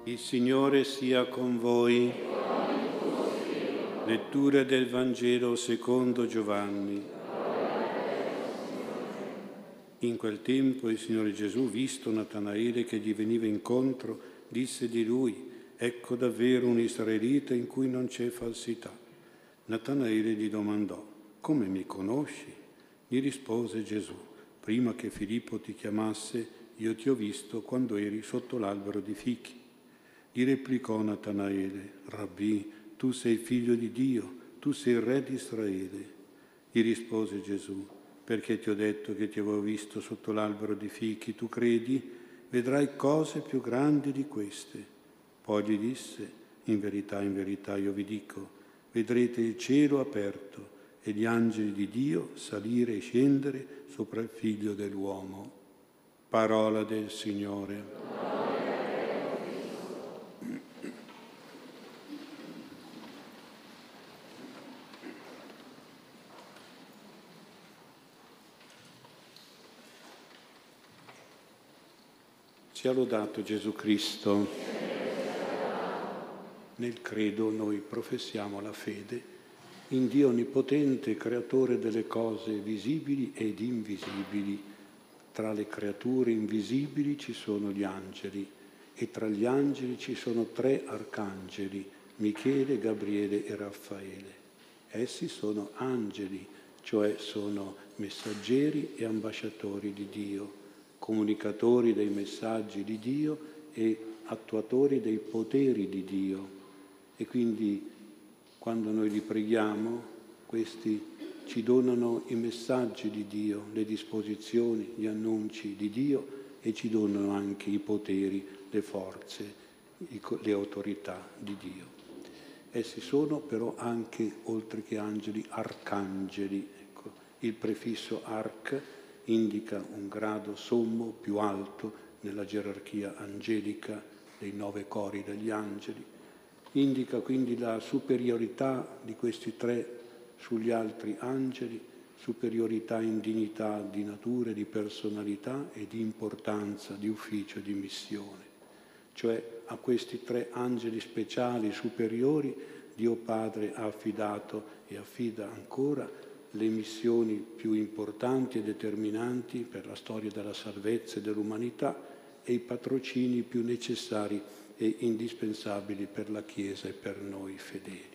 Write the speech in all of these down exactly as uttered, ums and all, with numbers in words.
Il Signore sia con voi. Lettura del Vangelo secondo Giovanni. In quel tempo il Signore Gesù, visto Natanaele che gli veniva incontro, disse di lui: ecco davvero un israelita in cui non c'è falsità. Natanaele gli domandò: come mi conosci? Gli rispose Gesù: prima che Filippo ti chiamasse, io ti ho visto quando eri sotto l'albero di fichi. Gli replicò Natanaele: Rabbì, tu sei figlio di Dio, tu sei il re di Israele. Gli rispose Gesù: perché ti ho detto che ti avevo visto sotto l'albero di fichi, tu credi? Vedrai cose più grandi di queste. Poi gli disse: in verità, in verità io vi dico, vedrete il cielo aperto e gli angeli di Dio salire e scendere sopra il Figlio dell'uomo. Parola del Signore. Sia lodato Gesù Cristo. Nel credo noi professiamo la fede in Dio Onnipotente, creatore delle cose visibili ed invisibili. Tra le creature invisibili ci sono gli angeli e tra gli angeli ci sono tre arcangeli, Michele, Gabriele e Raffaele. Essi sono angeli, cioè sono messaggeri e ambasciatori di Dio, comunicatori dei messaggi di Dio e attuatori dei poteri di Dio. E quindi quando noi li preghiamo, questi ci donano i messaggi di Dio, le disposizioni, gli annunci di Dio e ci donano anche i poteri, le forze, le autorità di Dio. Essi sono però anche, oltre che angeli, arcangeli. Ecco, il prefisso arc indica un grado sommo più alto nella gerarchia angelica dei nove cori degli angeli. Indica quindi la superiorità di questi tre sugli altri angeli, superiorità in dignità di natura, di personalità e di importanza, di ufficio e di missione. Cioè a questi tre angeli speciali superiori Dio Padre ha affidato e affida ancora le missioni più importanti e determinanti per la storia della salvezza e dell'umanità e i patrocini più necessari e indispensabili per la Chiesa e per noi fedeli.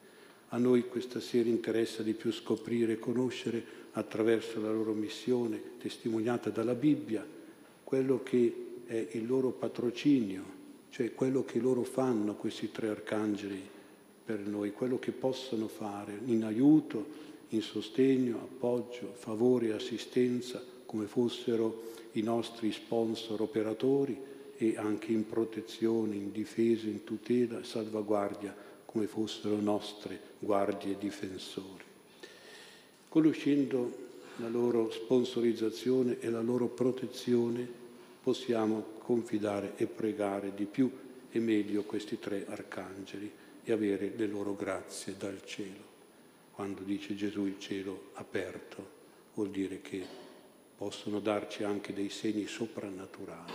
A noi questa sera interessa di più scoprire e conoscere attraverso la loro missione, testimoniata dalla Bibbia, quello che è il loro patrocinio, cioè quello che loro fanno, questi tre arcangeli, per noi, quello che possono fare in aiuto, in sostegno, appoggio, favore e assistenza, come fossero i nostri sponsor operatori, e anche in protezione, in difesa, in tutela, salvaguardia, come fossero nostre guardie e difensori. Conoscendo la loro sponsorizzazione e la loro protezione, possiamo confidare e pregare di più e meglio questi tre arcangeli e avere le loro grazie dal cielo. Quando dice Gesù il cielo aperto, vuol dire che possono darci anche dei segni soprannaturali.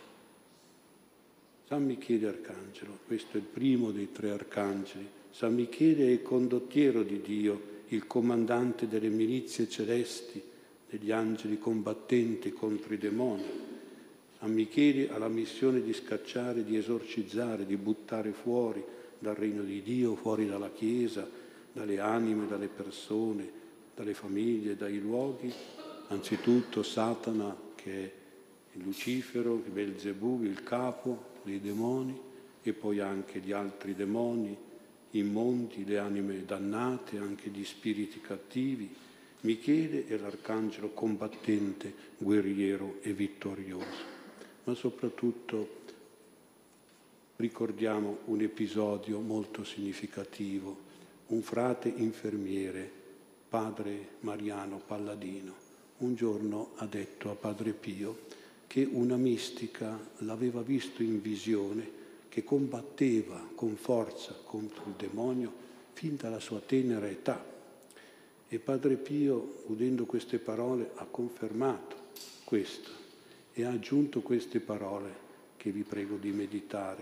San Michele Arcangelo, questo è il primo dei tre arcangeli. San Michele è il condottiero di Dio, il comandante delle milizie celesti, degli angeli combattenti contro i demoni. San Michele ha la missione di scacciare, di esorcizzare, di buttare fuori dal regno di Dio, fuori dalla Chiesa, dalle anime, dalle persone, dalle famiglie, dai luoghi, anzitutto Satana, che è il Lucifero, il Belzebù, il capo dei demoni, e poi anche gli altri demoni immondi, le anime dannate, anche gli spiriti cattivi. Michele è l'arcangelo combattente, guerriero e vittorioso. Ma soprattutto ricordiamo un episodio molto significativo. Un frate infermiere, padre Mariano Palladino, un giorno ha detto a padre Pio che una mistica l'aveva visto in visione che combatteva con forza contro il demonio fin dalla sua tenera età. E padre Pio, udendo queste parole, ha confermato questo e ha aggiunto queste parole che vi prego di meditare.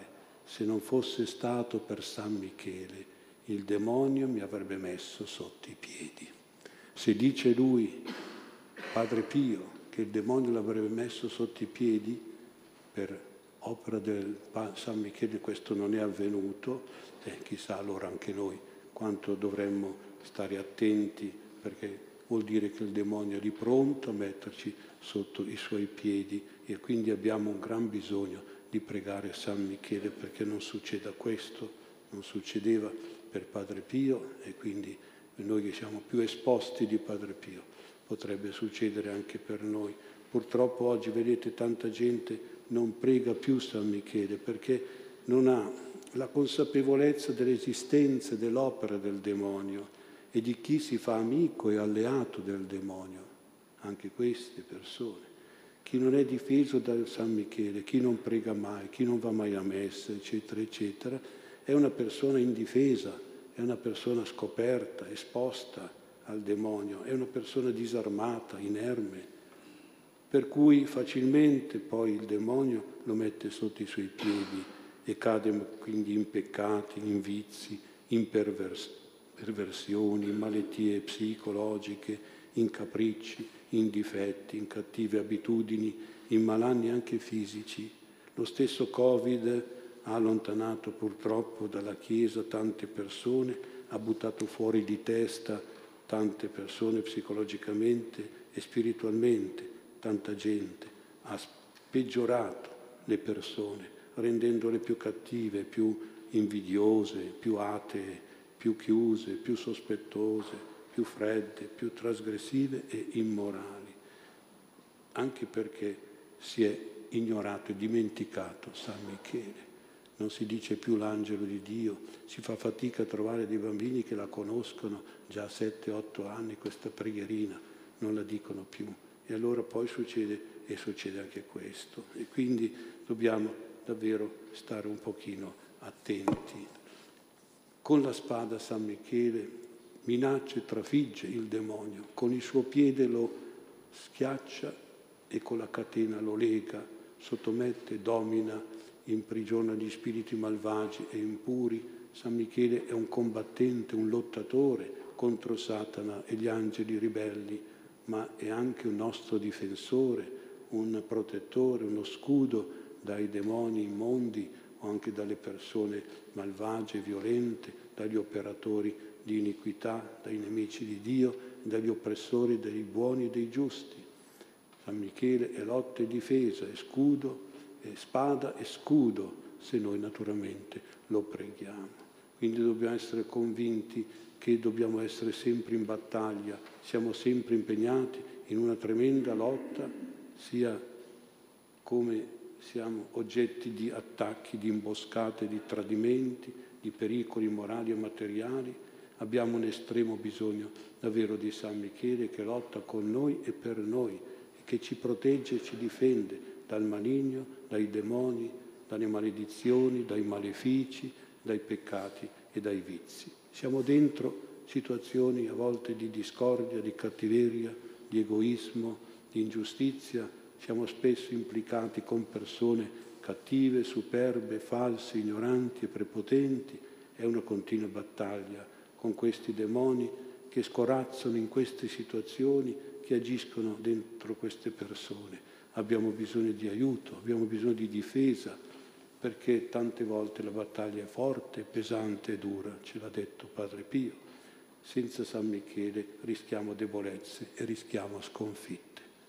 se non fosse stato per San Michele, il demonio mi avrebbe messo sotto i piedi. Se dice lui, Padre Pio, che il demonio l'avrebbe messo sotto i piedi, per opera del San Michele questo non è avvenuto, e chissà allora anche noi quanto dovremmo stare attenti, perché vuol dire che il demonio è lì pronto a metterci sotto i suoi piedi, e quindi abbiamo un gran bisogno di pregare San Michele perché non succeda questo, non succedeva per Padre Pio, e quindi noi che siamo più esposti di Padre Pio potrebbe succedere anche per noi. Purtroppo oggi, vedete, tanta gente non prega più San Michele perché non ha la consapevolezza dell'esistenza, dell'opera del demonio e di chi si fa amico e alleato del demonio, anche queste persone. Chi non è difeso da San Michele, chi non prega mai, chi non va mai a messa, eccetera, eccetera, è una persona indifesa, è una persona scoperta, esposta al demonio, è una persona disarmata, inerme, per cui facilmente poi il demonio lo mette sotto i suoi piedi e cade quindi in peccati, in vizi, in pervers- perversioni, in malattie psicologiche, in capricci, in difetti, in cattive abitudini, in malanni anche fisici. Lo stesso Covid ha allontanato purtroppo dalla Chiesa tante persone, ha buttato fuori di testa tante persone psicologicamente e spiritualmente, tanta gente, ha peggiorato le persone, rendendole più cattive, più invidiose, più atee, più chiuse, più sospettose, più fredde, più trasgressive e immorali. Anche perché si è ignorato e dimenticato San Michele. Non si dice più l'angelo di Dio, si fa fatica a trovare dei bambini che la conoscono già a sette otto anni, questa preghierina, non la dicono più. E allora poi succede, e succede anche questo. E quindi dobbiamo davvero stare un pochino attenti. Con la spada San Michele minaccia e trafigge il demonio, con il suo piede lo schiaccia e con la catena lo lega, sottomette, domina, imprigiona gli spiriti malvagi e impuri. San Michele è un combattente, un lottatore contro Satana e gli angeli ribelli, ma è anche un nostro difensore, un protettore, uno scudo dai demoni immondi o anche dalle persone malvagie, violente, dagli operatori di iniquità, dai nemici di Dio, dagli oppressori dei buoni e dei giusti. San Michele è lotta e difesa, è scudo, è spada e scudo, se noi naturalmente lo preghiamo. Quindi dobbiamo essere convinti che dobbiamo essere sempre in battaglia, siamo sempre impegnati in una tremenda lotta, sia come siamo oggetti di attacchi, di imboscate, di tradimenti, di pericoli morali e materiali. Abbiamo un estremo bisogno davvero di San Michele che lotta con noi e per noi, e che ci protegge e ci difende dal maligno, dai demoni, dalle maledizioni, dai malefici, dai peccati e dai vizi. Siamo dentro situazioni a volte di discordia, di cattiveria, di egoismo, di ingiustizia. Siamo spesso implicati con persone cattive, superbe, false, ignoranti e prepotenti. È una continua battaglia con questi demoni che scorazzano in queste situazioni, che agiscono dentro queste persone. Abbiamo bisogno di aiuto, abbiamo bisogno di difesa, perché tante volte la battaglia è forte, pesante e dura, ce l'ha detto Padre Pio. Senza San Michele rischiamo debolezze e rischiamo sconfitte.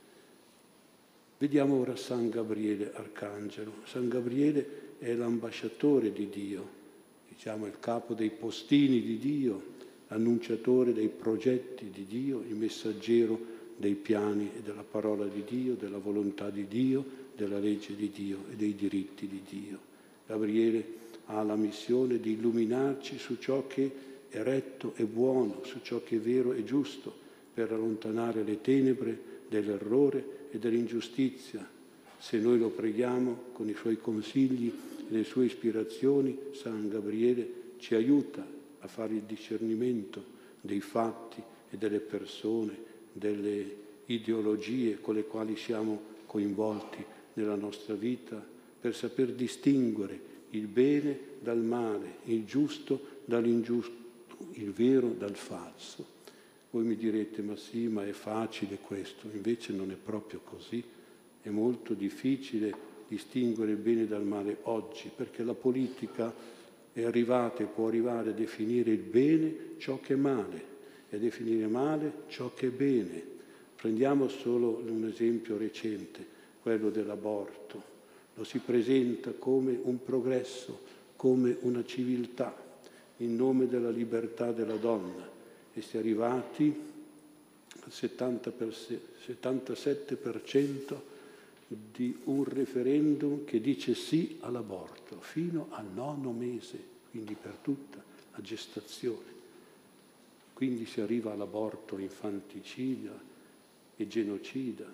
Vediamo ora San Gabriele Arcangelo. San Gabriele è l'ambasciatore di Dio, diciamo il capo dei postini di Dio, l'annunciatore dei progetti di Dio, il messaggero dei piani e della parola di Dio, della volontà di Dio, della legge di Dio e dei diritti di Dio. Gabriele ha la missione di illuminarci su ciò che è retto e buono, su ciò che è vero e giusto, per allontanare le tenebre dell'errore e dell'ingiustizia. Se noi lo preghiamo con i suoi consigli e le sue ispirazioni, San Gabriele ci aiuta a fare il discernimento dei fatti e delle persone, delle ideologie con le quali siamo coinvolti nella nostra vita, per saper distinguere il bene dal male, il giusto dall'ingiusto, il vero dal falso. Voi mi direte, ma sì, ma è facile questo. Invece non è proprio così. È molto difficile distinguere il bene dal male oggi, perché la politica è arrivata e può arrivare a definire il bene ciò che è male e a definire male ciò che è bene. Prendiamo solo un esempio recente, quello dell'aborto. Lo si presenta come un progresso, come una civiltà, in nome della libertà della donna. E si è arrivati al settantasette per cento di un referendum che dice sì all'aborto, fino al nono mese, quindi per tutta la gestazione. Quindi si arriva all'aborto infanticida e genocida,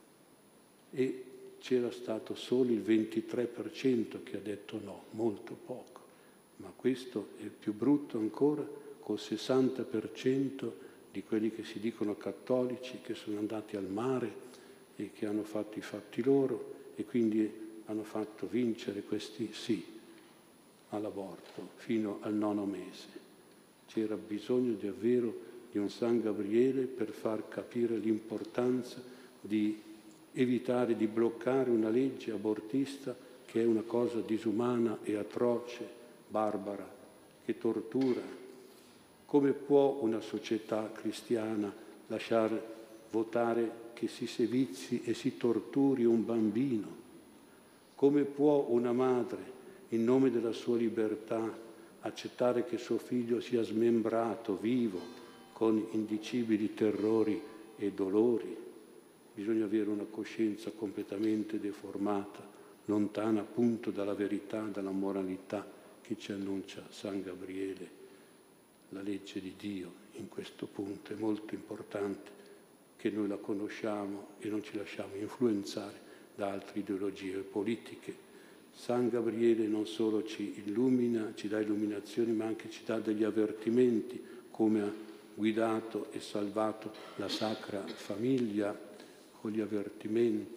e c'era stato solo il ventitré per cento che ha detto no, molto poco. Ma questo è più brutto ancora, col sessanta per cento di quelli che si dicono cattolici, che sono andati al mare e che hanno fatto i fatti loro e quindi hanno fatto vincere questi sì all'aborto fino al nono mese. C'era bisogno davvero di un San Gabriele per far capire l'importanza di evitare di bloccare una legge abortista che è una cosa disumana e atroce, barbara, che tortura. Come può una società cristiana lasciare votare che si sevizi e si torturi un bambino? Come può una madre, in nome della sua libertà, accettare che suo figlio sia smembrato, vivo, con indicibili terrori e dolori? Bisogna avere una coscienza completamente deformata, lontana appunto dalla verità, dalla moralità che ci annuncia San Gabriele. La legge di Dio in questo punto è molto importante che noi la conosciamo e non ci lasciamo influenzare da altre ideologie politiche. San Gabriele non solo ci illumina, ci dà illuminazioni, ma anche ci dà degli avvertimenti, come ha guidato e salvato la Sacra Famiglia con gli avvertimenti.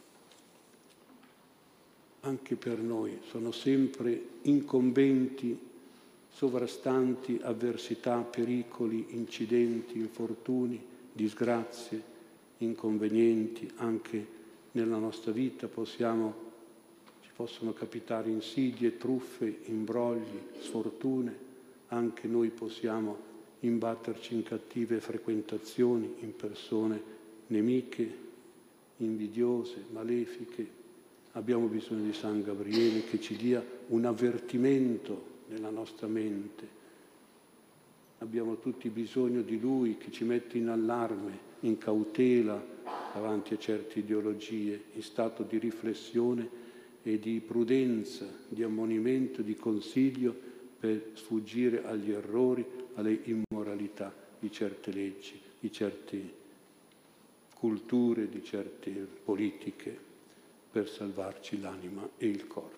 Anche per noi sono sempre incombenti, sovrastanti avversità, pericoli, incidenti, infortuni, disgrazie, inconvenienti. Anche nella nostra vita possiamo, ci possono capitare insidie, truffe, imbrogli, sfortune. Anche noi possiamo imbatterci in cattive frequentazioni, in persone nemiche, invidiose, malefiche. Abbiamo bisogno di San Gabriele che ci dia un avvertimento nella nostra mente. Abbiamo tutti bisogno di Lui che ci mette in allarme, in cautela davanti a certe ideologie, in stato di riflessione e di prudenza, di ammonimento, di consiglio per sfuggire agli errori, alle immoralità di certe leggi, di certe culture, di certe politiche, per salvarci l'anima e il corpo.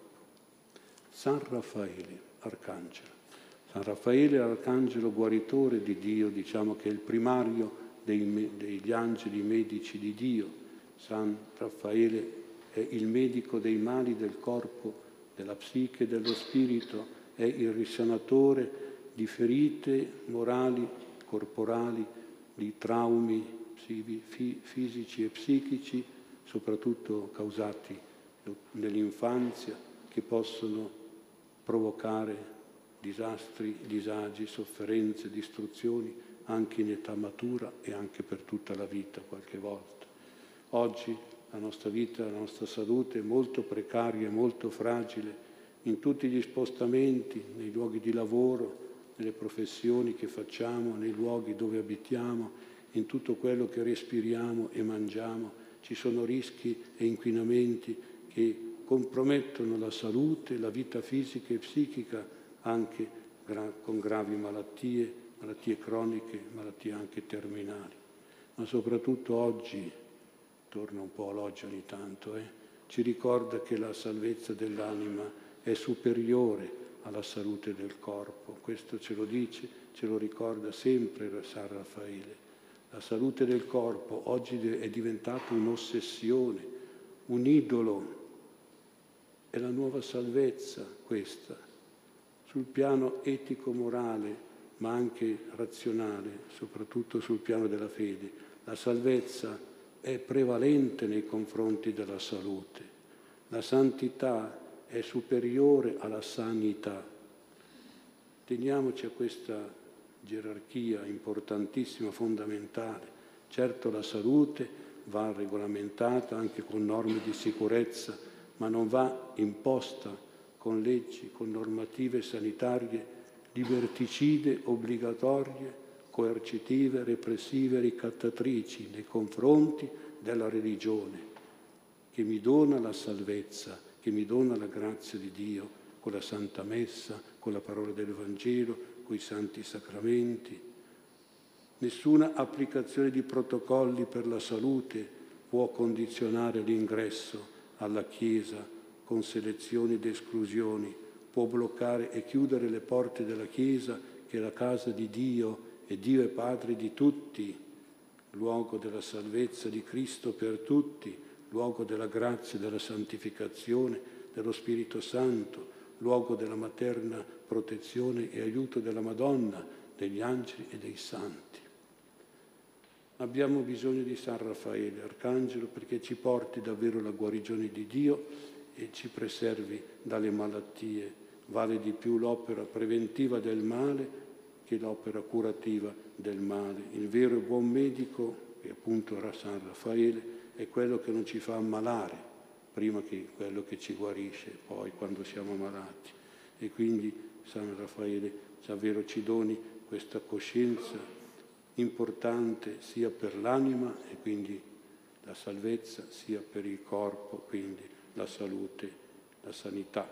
San Raffaele, Arcangelo. San Raffaele, Arcangelo guaritore di Dio, diciamo che è il primario dei, degli angeli medici di Dio. San Raffaele è il medico dei mali del corpo, della psiche e dello spirito, è il risanatore di ferite morali, corporali, di traumi fisici e psichici, soprattutto causati nell'infanzia, che possono provocare disastri, disagi, sofferenze, distruzioni anche in età matura e anche per tutta la vita qualche volta. Oggi la nostra vita, la nostra salute è molto precaria, molto fragile in tutti gli spostamenti, nei luoghi di lavoro, nelle professioni che facciamo, nei luoghi dove abitiamo, in tutto quello che respiriamo e mangiamo. Ci sono rischi e inquinamenti che compromettono la salute, la vita fisica e psichica, anche gra- con gravi malattie, malattie croniche, malattie anche terminali. Ma soprattutto oggi, torno un po' all'oggi ogni tanto, eh, ci ricorda che la salvezza dell'anima è superiore alla salute del corpo. Questo ce lo dice, ce lo ricorda sempre San Raffaele. La salute del corpo oggi è diventata un'ossessione, un idolo È la nuova salvezza questa, sul piano etico-morale, ma anche razionale, soprattutto sul piano della fede. La salvezza è prevalente nei confronti della salute. La santità è superiore alla sanità. Teniamoci a questa gerarchia importantissima, fondamentale. Certo la salute va regolamentata anche con norme di sicurezza, ma non va imposta con leggi, con normative sanitarie liberticide, obbligatorie, coercitive, repressive, ricattatrici nei confronti della religione, che mi dona la salvezza, che mi dona la grazia di Dio con la Santa Messa, con la parola del Vangelo, con i santi sacramenti. Nessuna applicazione di protocolli per la salute può condizionare l'ingresso alla Chiesa con selezioni ed esclusioni, può bloccare e chiudere le porte della Chiesa, che è la casa di Dio e Dio è Padre di tutti, luogo della salvezza di Cristo per tutti, luogo della grazia e della santificazione dello Spirito Santo, luogo della materna protezione e aiuto della Madonna, degli angeli e dei santi. Abbiamo bisogno di San Raffaele, Arcangelo, perché ci porti davvero la guarigione di Dio e ci preservi dalle malattie. Vale di più l'opera preventiva del male che l'opera curativa del male. Il vero e buon medico, che appunto era San Raffaele, è quello che non ci fa ammalare, prima che quello che ci guarisce, poi quando siamo malati. E quindi San Raffaele davvero ci doni questa coscienza importante sia per l'anima e quindi la salvezza, sia per il corpo, quindi la salute, la sanità.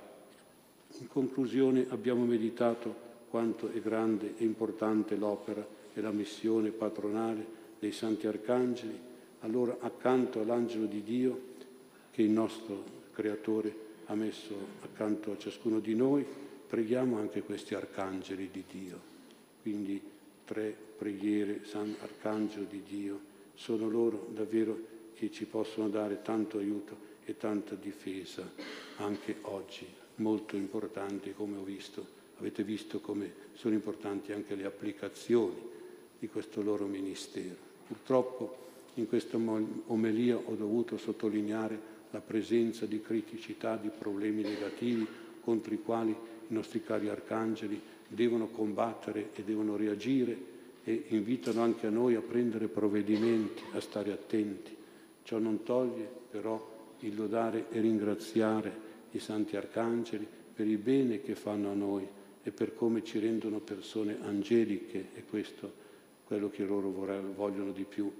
In conclusione abbiamo meditato quanto è grande e importante l'opera e la missione patronale dei Santi Arcangeli. Allora, accanto all'Angelo di Dio, che il nostro Creatore ha messo accanto a ciascuno di noi, preghiamo anche questi Arcangeli di Dio. Quindi tre preghiere, San Arcangelo di Dio, sono loro davvero che ci possono dare tanto aiuto e tanta difesa anche oggi, molto importanti come ho visto. Avete visto come sono importanti anche le applicazioni di questo loro ministero. Purtroppo in questa omelia ho dovuto sottolineare la presenza di criticità, di problemi negativi contro i quali i nostri cari arcangeli devono combattere e devono reagire e invitano anche a noi a prendere provvedimenti, a stare attenti. Ciò non toglie però il lodare e ringraziare i Santi Arcangeli per il bene che fanno a noi e per come ci rendono persone angeliche, e questo è quello che loro vogliono di più.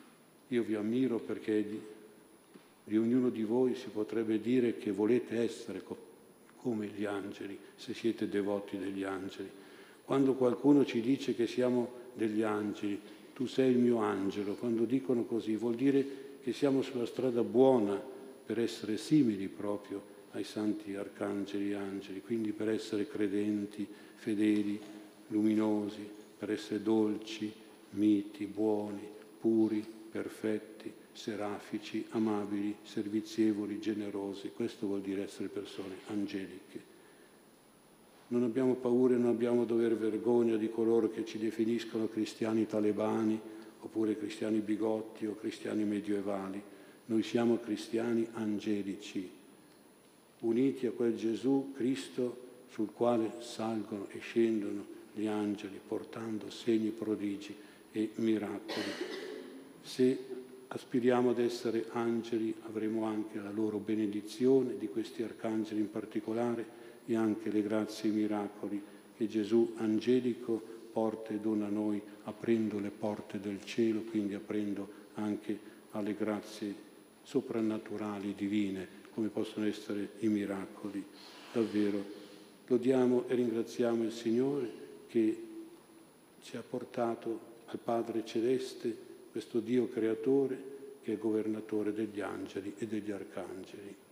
Io vi ammiro perché di, di ognuno di voi si potrebbe dire che volete essere co- come gli angeli, se siete devoti degli angeli. Quando qualcuno ci dice che siamo degli angeli, tu sei il mio angelo, quando dicono così vuol dire che siamo sulla strada buona per essere simili proprio ai santi arcangeli e angeli, quindi per essere credenti, fedeli, luminosi, per essere dolci, miti, buoni, puri, perfetti, serafici, amabili, servizievoli, generosi. Questo vuol dire essere persone angeliche. Non abbiamo paura e non abbiamo dover vergogna di coloro che ci definiscono cristiani talebani, oppure cristiani bigotti o cristiani medievali. Noi siamo cristiani angelici, uniti a quel Gesù Cristo sul quale salgono e scendono gli angeli portando segni, prodigi e miracoli. Se aspiriamo ad essere angeli avremo anche la loro benedizione, di questi arcangeli in particolare, e anche le grazie e i miracoli che Gesù angelico porta e dona a noi, aprendo le porte del cielo, quindi aprendo anche alle grazie soprannaturali, divine, come possono essere i miracoli. Davvero lodiamo e ringraziamo il Signore che ci ha portato al Padre Celeste, questo Dio creatore che è governatore degli angeli e degli arcangeli.